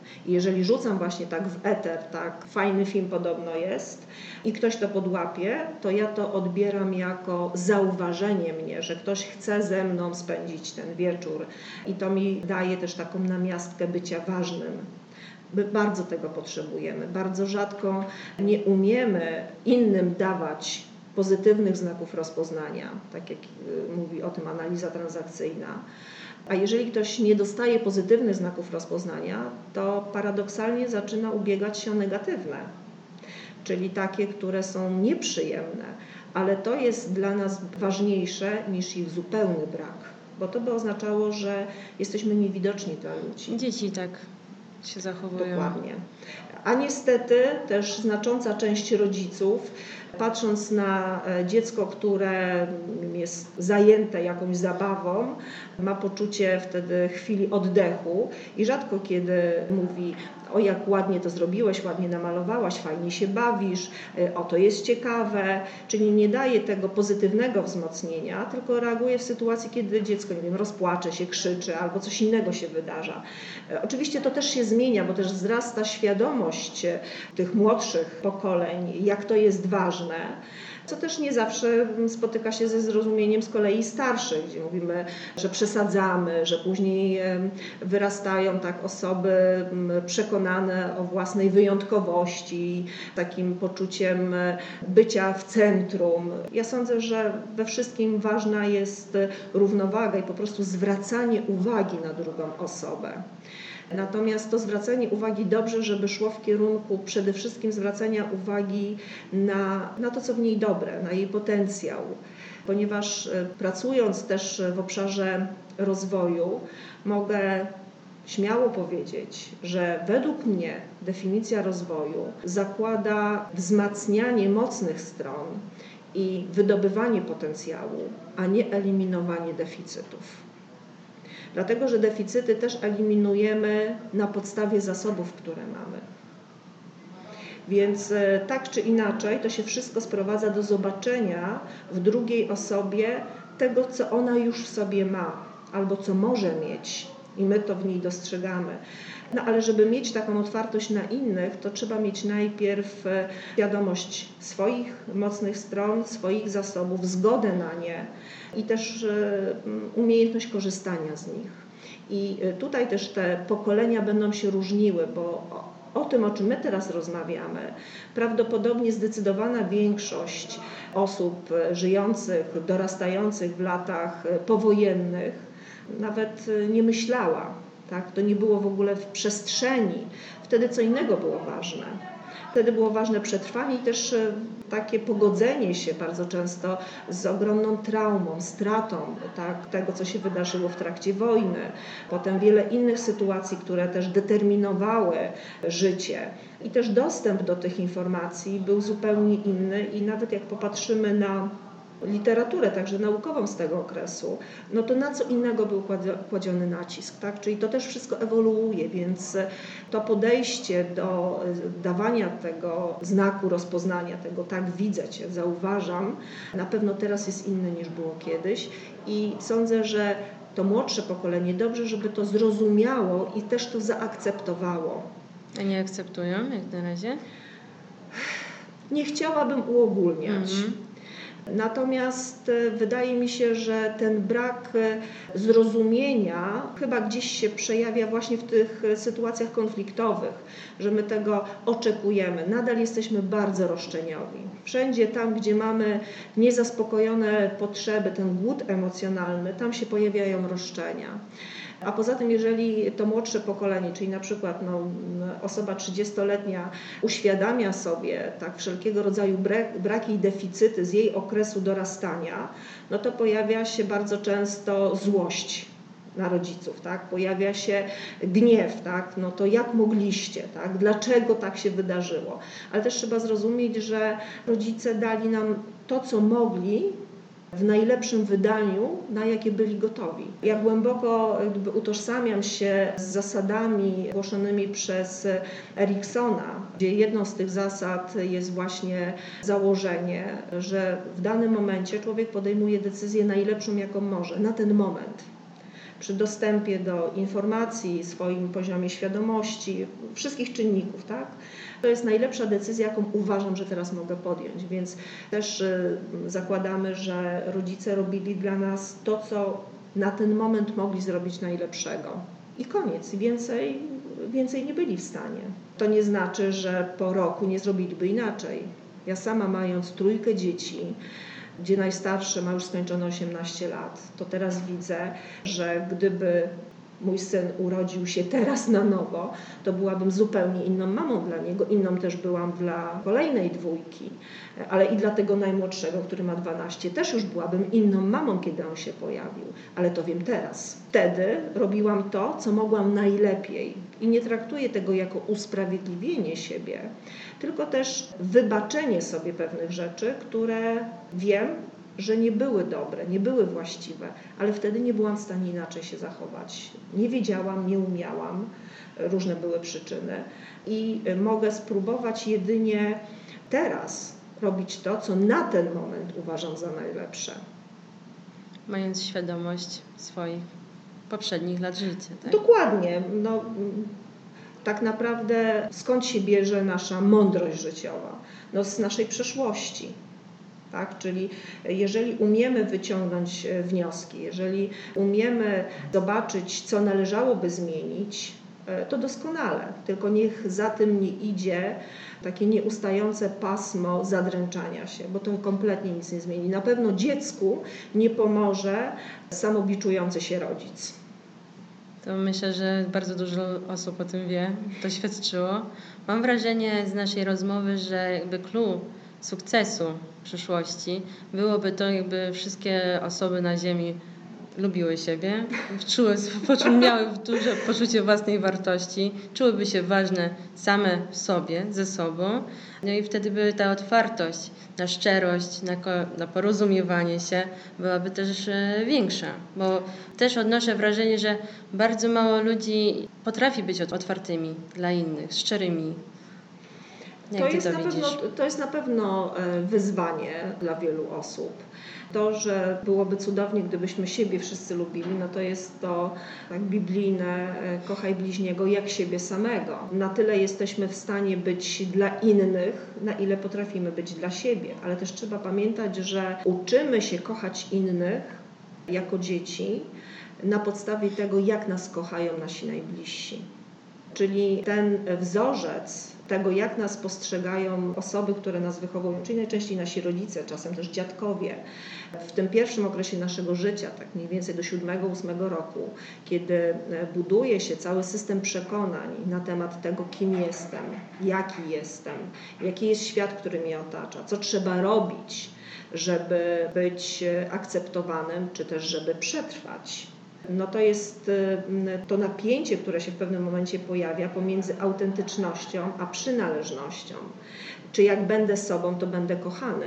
I jeżeli rzucam właśnie tak w eter, tak, fajny film podobno jest i ktoś to podłapie, to ja to odbieram jako zauważenie mnie, że ktoś chce ze mną spędzić ten wieczór i to mi daje też taką namiastkę bycia ważnym. My bardzo tego potrzebujemy. Bardzo rzadko nie umiemy innym dawać pozytywnych znaków rozpoznania, tak jak mówi o tym analiza transakcyjna. A jeżeli ktoś nie dostaje pozytywnych znaków rozpoznania, to paradoksalnie zaczyna ubiegać się o negatywne, czyli takie, które są nieprzyjemne, ale to jest dla nas ważniejsze niż ich zupełny brak, bo to by oznaczało, że jesteśmy niewidoczni dla ludzi. Dzieci tak się zachowują. Dokładnie. A niestety też znacząca część rodziców, patrząc na dziecko, które jest zajęte jakąś zabawą, ma poczucie wtedy chwili oddechu i rzadko kiedy mówi: o, jak ładnie to zrobiłeś, ładnie namalowałaś, fajnie się bawisz, o, to jest ciekawe, czyli nie daje tego pozytywnego wzmocnienia, tylko reaguje w sytuacji, kiedy dziecko, nie wiem, rozpłacze się, krzyczy albo coś innego się wydarza. Oczywiście to też się zmienia, bo też wzrasta świadomość tych młodszych pokoleń, jak to jest ważne, co też nie zawsze spotyka się ze zrozumieniem z kolei starszych, gdzie mówimy, że przesadzamy, że później wyrastają tak osoby przekonane o własnej wyjątkowości, takim poczuciem bycia w centrum. Ja sądzę, że we wszystkim ważna jest równowaga i po prostu zwracanie uwagi na drugą osobę. Natomiast to zwracanie uwagi dobrze, żeby szło w kierunku przede wszystkim zwracania uwagi na, na to, co w niej dobre, na jej potencjał. Ponieważ pracując też w obszarze rozwoju, mogę śmiało powiedzieć, że według mnie definicja rozwoju zakłada wzmacnianie mocnych stron i wydobywanie potencjału, a nie eliminowanie deficytów. Dlatego, że deficyty też eliminujemy na podstawie zasobów, które mamy. Więc tak czy inaczej to się wszystko sprowadza do zobaczenia w drugiej osobie tego, co ona już w sobie ma albo co może mieć i my to w niej dostrzegamy. No ale żeby mieć taką otwartość na innych, to trzeba mieć najpierw świadomość swoich mocnych stron, swoich zasobów, zgodę na nie i też umiejętność korzystania z nich. I tutaj też te pokolenia będą się różniły, bo o, o tym, o czym my teraz rozmawiamy, prawdopodobnie zdecydowana większość osób żyjących, dorastających w latach powojennych nawet nie myślała. Tak? To nie było w ogóle w przestrzeni. Wtedy co innego było ważne. Wtedy było ważne przetrwanie i też takie pogodzenie się bardzo często z ogromną traumą, stratą tak, tego, co się wydarzyło w trakcie wojny. Potem wiele innych sytuacji, które też determinowały życie. I też dostęp do tych informacji był zupełnie inny i nawet jak popatrzymy na literaturę, także naukową z tego okresu, no to na co innego był kładziony nacisk, tak? Czyli to też wszystko ewoluuje, więc to podejście do dawania tego znaku rozpoznania, tego tak widzę Cię, zauważam, na pewno teraz jest inne niż było kiedyś i sądzę, że to młodsze pokolenie dobrze, żeby to zrozumiało i też to zaakceptowało. A nie akceptują jak na razie? Nie chciałabym uogólniać. Mm-hmm. Natomiast wydaje mi się, że ten brak zrozumienia chyba gdzieś się przejawia właśnie w tych sytuacjach konfliktowych, że my tego oczekujemy. Nadal jesteśmy bardzo roszczeniowi. Wszędzie tam, gdzie mamy niezaspokojone potrzeby, ten głód emocjonalny, tam się pojawiają roszczenia. A poza tym, jeżeli to młodsze pokolenie, czyli na przykład no, osoba trzydziestoletnia uświadamia sobie tak, wszelkiego rodzaju braki i deficyty z jej okresu dorastania, no to pojawia się bardzo często złość na rodziców, tak? Pojawia się gniew, tak? No to jak mogliście, tak? Dlaczego tak się wydarzyło? Ale też trzeba zrozumieć, że rodzice dali nam to, co mogli, w najlepszym wydaniu, na jakie byli gotowi. Ja głęboko jakby utożsamiam się z zasadami głoszonymi przez Eriksona, gdzie jedną z tych zasad jest właśnie założenie, że w danym momencie człowiek podejmuje decyzję najlepszą, jaką może, na ten moment. przy dostępie do informacji, swoim poziomie świadomości, wszystkich czynników, tak? To jest najlepsza decyzja, jaką uważam, że teraz mogę podjąć, więc też y, zakładamy, że rodzice robili dla nas to, co na ten moment mogli zrobić najlepszego. I koniec. Więcej, więcej nie byli w stanie. To nie znaczy, że po roku nie zrobiliby inaczej. Ja sama mając trójkę dzieci, gdzie najstarszy ma już skończone osiemnaście lat, to teraz widzę, że gdyby mój syn urodził się teraz na nowo, to byłabym zupełnie inną mamą dla niego, inną też byłam dla kolejnej dwójki, ale i dla tego najmłodszego, który ma dwanaście, też już byłabym inną mamą, kiedy on się pojawił, ale to wiem teraz. Wtedy robiłam to, co mogłam najlepiej i nie traktuję tego jako usprawiedliwienie siebie, tylko też wybaczenie sobie pewnych rzeczy, które wiem, że nie były dobre, nie były właściwe, ale wtedy nie byłam w stanie inaczej się zachować. Nie wiedziałam, nie umiałam, różne były przyczyny i mogę spróbować jedynie teraz robić to, co na ten moment uważam za najlepsze. Mając świadomość swoich poprzednich lat życia. Tak? Dokładnie. No, tak naprawdę skąd się bierze nasza mądrość życiowa? No, z naszej przeszłości. Tak? Czyli jeżeli umiemy wyciągnąć wnioski, jeżeli umiemy zobaczyć, co należałoby zmienić, to doskonale. Tylko niech za tym nie idzie takie nieustające pasmo zadręczania się, bo to kompletnie nic nie zmieni. Na pewno dziecku nie pomoże samobiczujący się rodzic. To myślę, że bardzo dużo osób o tym wie, doświadczyło. Mam wrażenie z naszej rozmowy, że jakby clue sukcesu w przyszłości byłoby to, jakby wszystkie osoby na Ziemi lubiły siebie, czuły, miały duże poczucie własnej wartości, czułyby się ważne same w sobie, ze sobą, no i wtedy by ta otwartość na szczerość, na, na porozumiewanie się byłaby też większa, bo też odnoszę wrażenie, że bardzo mało ludzi potrafi być otwartymi dla innych, szczerymi. To jest, to, na pewno, to jest na pewno wyzwanie dla wielu osób. To, że byłoby cudownie, gdybyśmy siebie wszyscy lubili, no to jest to tak biblijne, kochaj bliźniego jak siebie samego. Na tyle jesteśmy w stanie być dla innych, na ile potrafimy być dla siebie. Ale też trzeba pamiętać, że uczymy się kochać innych jako dzieci na podstawie tego, jak nas kochają nasi najbliżsi. Czyli ten wzorzec tego, jak nas postrzegają osoby, które nas wychowują, czyli najczęściej nasi rodzice, czasem też dziadkowie, w tym pierwszym okresie naszego życia, tak mniej więcej do siódmego, ósmego roku, kiedy buduje się cały system przekonań na temat tego, kim jestem, jaki jestem, jaki jest świat, który mnie otacza, co trzeba robić, żeby być akceptowanym, czy też żeby przetrwać. No to jest to napięcie, które się w pewnym momencie pojawia pomiędzy autentycznością a przynależnością. Czy jak będę sobą, to będę kochany.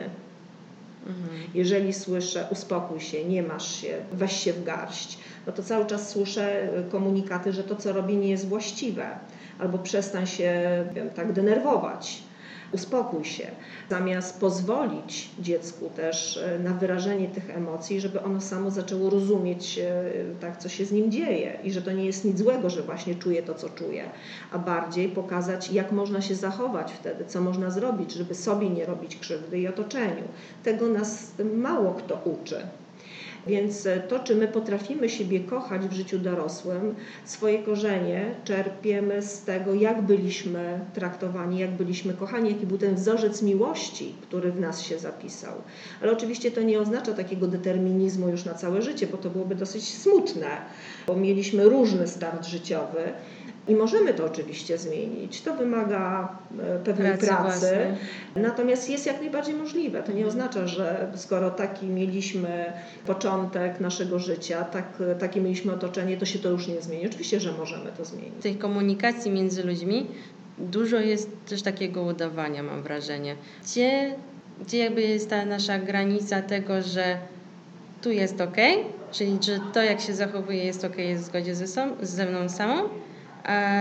Mhm. Jeżeli słyszę uspokój się, nie masz się, weź się w garść, no to cały czas słyszę komunikaty, że to, co robię, nie jest właściwe. Albo przestań się, wiem, tak denerwować. Uspokój się, zamiast pozwolić dziecku też na wyrażenie tych emocji, żeby ono samo zaczęło rozumieć, tak, co się z nim dzieje i że to nie jest nic złego, że właśnie czuje to, co czuje, a bardziej pokazać, jak można się zachować wtedy, co można zrobić, żeby sobie nie robić krzywdy i otoczeniu. Tego nas mało kto uczy. Więc to, czy my potrafimy siebie kochać w życiu dorosłym, swoje korzenie czerpiemy z tego, jak byliśmy traktowani, jak byliśmy kochani, jaki był ten wzorzec miłości, który w nas się zapisał. Ale oczywiście to nie oznacza takiego determinizmu już na całe życie, bo to byłoby dosyć smutne, bo mieliśmy różny start życiowy. I możemy to oczywiście zmienić. To wymaga pewnej pracy, pracy natomiast jest jak najbardziej możliwe. To nie oznacza, że skoro taki mieliśmy początek naszego życia, tak, takie mieliśmy otoczenie, to się to już nie zmieni. Oczywiście, że możemy to zmienić. W tej komunikacji między ludźmi dużo jest też takiego udawania, mam wrażenie. Gdzie, gdzie jakby jest ta nasza granica tego, że tu jest okej, czyli że to, jak się zachowuje, jest okej, jest w zgodzie ze, są, ze mną samą, A,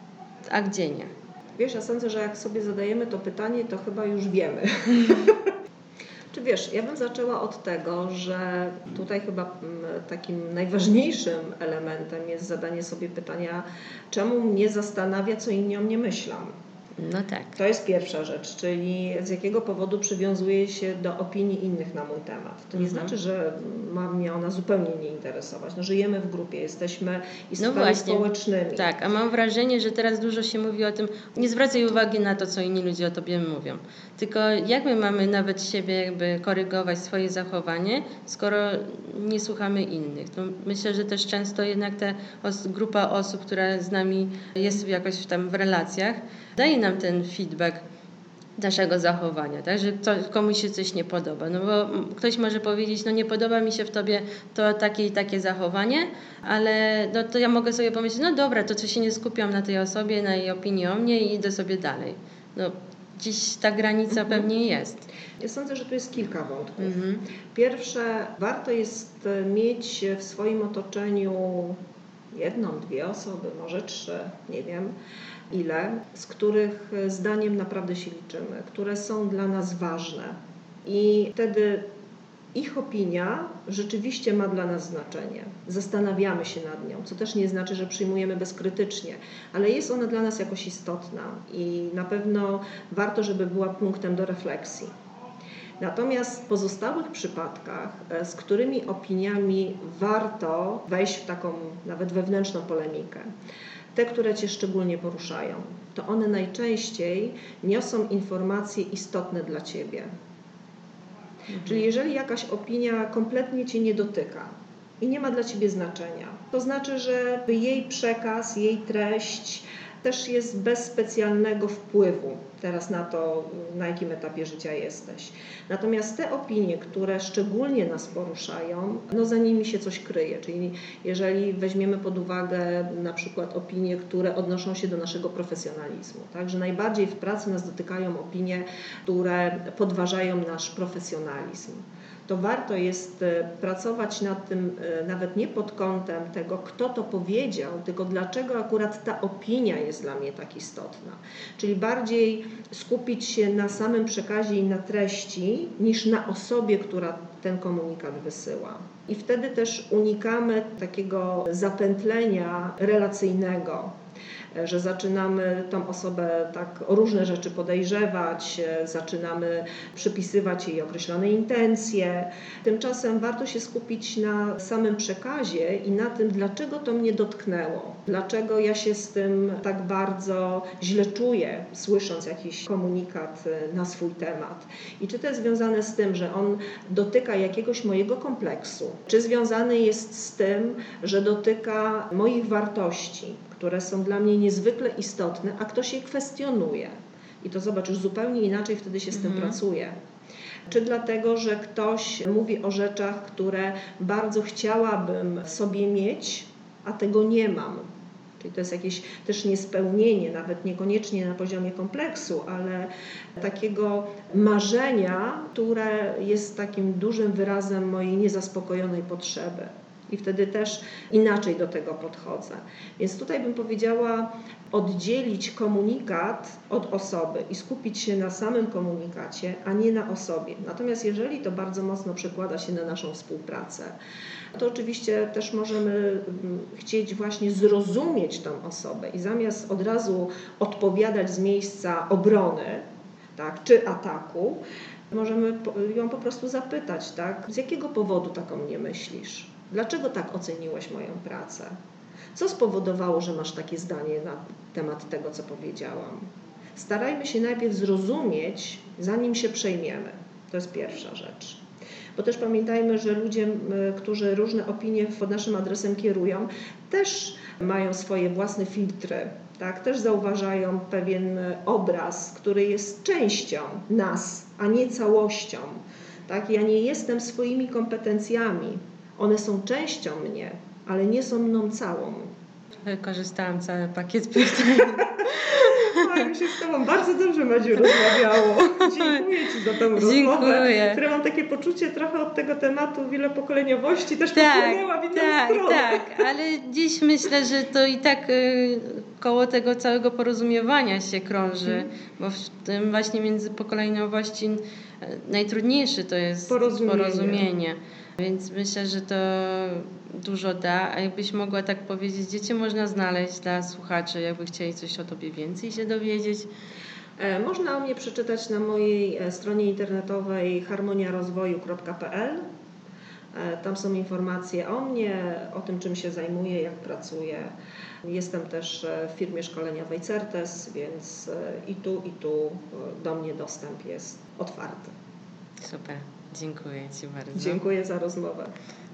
a gdzie nie? Wiesz, ja sądzę, że jak sobie zadajemy to pytanie, to chyba już wiemy. Znaczy wiesz, ja bym zaczęła od tego, że tutaj chyba takim najważniejszym elementem jest zadanie sobie pytania, czemu mnie zastanawia, co inni o mnie myślą. No tak. To jest pierwsza rzecz, czyli z jakiego powodu przywiązuję się do opinii innych na mój temat. To nie mhm. znaczy, że ma mnie ona zupełnie nie interesować. No, żyjemy w grupie, jesteśmy istotami no społecznymi. Tak, a mam wrażenie, że teraz dużo się mówi o tym, nie zwracaj uwagi na to, co inni ludzie o tobie mówią. Tylko jak my mamy nawet siebie jakby korygować swoje zachowanie, skoro nie słuchamy innych. To myślę, że też często jednak ta os- grupa osób, która z nami jest jakoś tam w relacjach, daje nam ten feedback naszego zachowania, tak? Że to, komuś się coś nie podoba. No bo ktoś może powiedzieć, no nie podoba mi się w tobie to takie i takie zachowanie, ale no to ja mogę sobie pomyśleć, no dobra, to co się nie skupiam na tej osobie, na jej opinii o mnie i idę sobie dalej. No gdzieś ta granica mhm. pewnie jest. Ja sądzę, że tu jest kilka wątków. Mhm. Pierwsze, warto jest mieć w swoim otoczeniu jedną, dwie osoby, może trzy, nie wiem ile, z których zdaniem naprawdę się liczymy, które są dla nas ważne. I wtedy ich opinia rzeczywiście ma dla nas znaczenie. Zastanawiamy się nad nią, co też nie znaczy, że przyjmujemy bezkrytycznie, ale jest ona dla nas jakoś istotna i na pewno warto, żeby była punktem do refleksji. Natomiast w pozostałych przypadkach, z którymi opiniami warto wejść w taką nawet wewnętrzną polemikę, te, które Cię szczególnie poruszają, to one najczęściej niosą informacje istotne dla Ciebie. Mhm. Czyli jeżeli jakaś opinia kompletnie Cię nie dotyka i nie ma dla Ciebie znaczenia, to znaczy, że jej przekaz, jej treść też jest bez specjalnego wpływu teraz na to, na jakim etapie życia jesteś. Natomiast te opinie, które szczególnie nas poruszają, no za nimi się coś kryje. Czyli jeżeli weźmiemy pod uwagę na przykład opinie, które odnoszą się do naszego profesjonalizmu, tak, że najbardziej w pracy nas dotykają opinie, które podważają nasz profesjonalizm, to warto jest pracować nad tym nawet nie pod kątem tego, kto to powiedział, tylko dlaczego akurat ta opinia jest dla mnie tak istotna. Czyli bardziej skupić się na samym przekazie i na treści, niż na osobie, która ten komunikat wysyła. I wtedy też unikamy takiego zapętlenia relacyjnego, że zaczynamy tą osobę tak o różne rzeczy podejrzewać, zaczynamy przypisywać jej określone intencje. Tymczasem warto się skupić na samym przekazie i na tym, dlaczego to mnie dotknęło, dlaczego ja się z tym tak bardzo źle czuję, słysząc jakiś komunikat na swój temat. I czy to jest związane z tym, że on dotyka jakiegoś mojego kompleksu, czy związany jest z tym, że dotyka moich wartości, które są dla mnie niezwykle istotne, a ktoś je kwestionuje. I to zobacz, już zupełnie inaczej wtedy się z tym mhm. pracuje. Czy dlatego, że ktoś mówi o rzeczach, które bardzo chciałabym sobie mieć, a tego nie mam. Czyli to jest jakieś też niespełnienie, nawet niekoniecznie na poziomie kompleksu, ale takiego marzenia, które jest takim dużym wyrazem mojej niezaspokojonej potrzeby. I wtedy też inaczej do tego podchodzę. Więc tutaj bym powiedziała oddzielić komunikat od osoby i skupić się na samym komunikacie, a nie na osobie. Natomiast jeżeli to bardzo mocno przekłada się na naszą współpracę, to oczywiście też możemy chcieć właśnie zrozumieć tą osobę i zamiast od razu odpowiadać z miejsca obrony, tak, czy ataku, możemy ją po prostu zapytać, tak, z jakiego powodu tak o mnie myślisz? Dlaczego tak oceniłeś moją pracę? Co spowodowało, że masz takie zdanie na temat tego, co powiedziałam? Starajmy się najpierw zrozumieć, zanim się przejmiemy. To jest pierwsza rzecz. Bo też pamiętajmy, że ludzie, którzy różne opinie pod naszym adresem kierują, też mają swoje własne filtry. Tak? Też zauważają pewien obraz, który jest częścią nas, a nie całością. Tak? Ja nie jestem swoimi kompetencjami. One są częścią mnie, ale nie są mną całą. Korzystałam cały pakiet pytań. No, mi się z Tobą bardzo dobrze, Madziu, rozmawiało. Dziękuję Ci za tę rozmowę, Dziękuję. która mam takie poczucie trochę od tego tematu wielopokoleniowości też tak, popłynęła w inną tak, stronę. Tak, ale dziś myślę, że to i tak y, koło tego całego porozumiewania się krąży, mm. bo w tym właśnie międzypokoleniowości y, najtrudniejsze to jest porozumienie. porozumienie. Więc myślę, że to dużo da, a jakbyś mogła tak powiedzieć, gdzie Cię można znaleźć dla słuchaczy, jakby chcieli coś o Tobie więcej się dowiedzieć? Można o mnie przeczytać na mojej stronie internetowej harmonia rozwoju kropka p l. Tam są informacje o mnie, o tym, czym się zajmuję, jak pracuję. Jestem też w firmie szkoleniowej Certes, więc i tu, i tu do mnie dostęp jest otwarty. Super, dziękuję Ci bardzo. Dziękuję za rozmowę.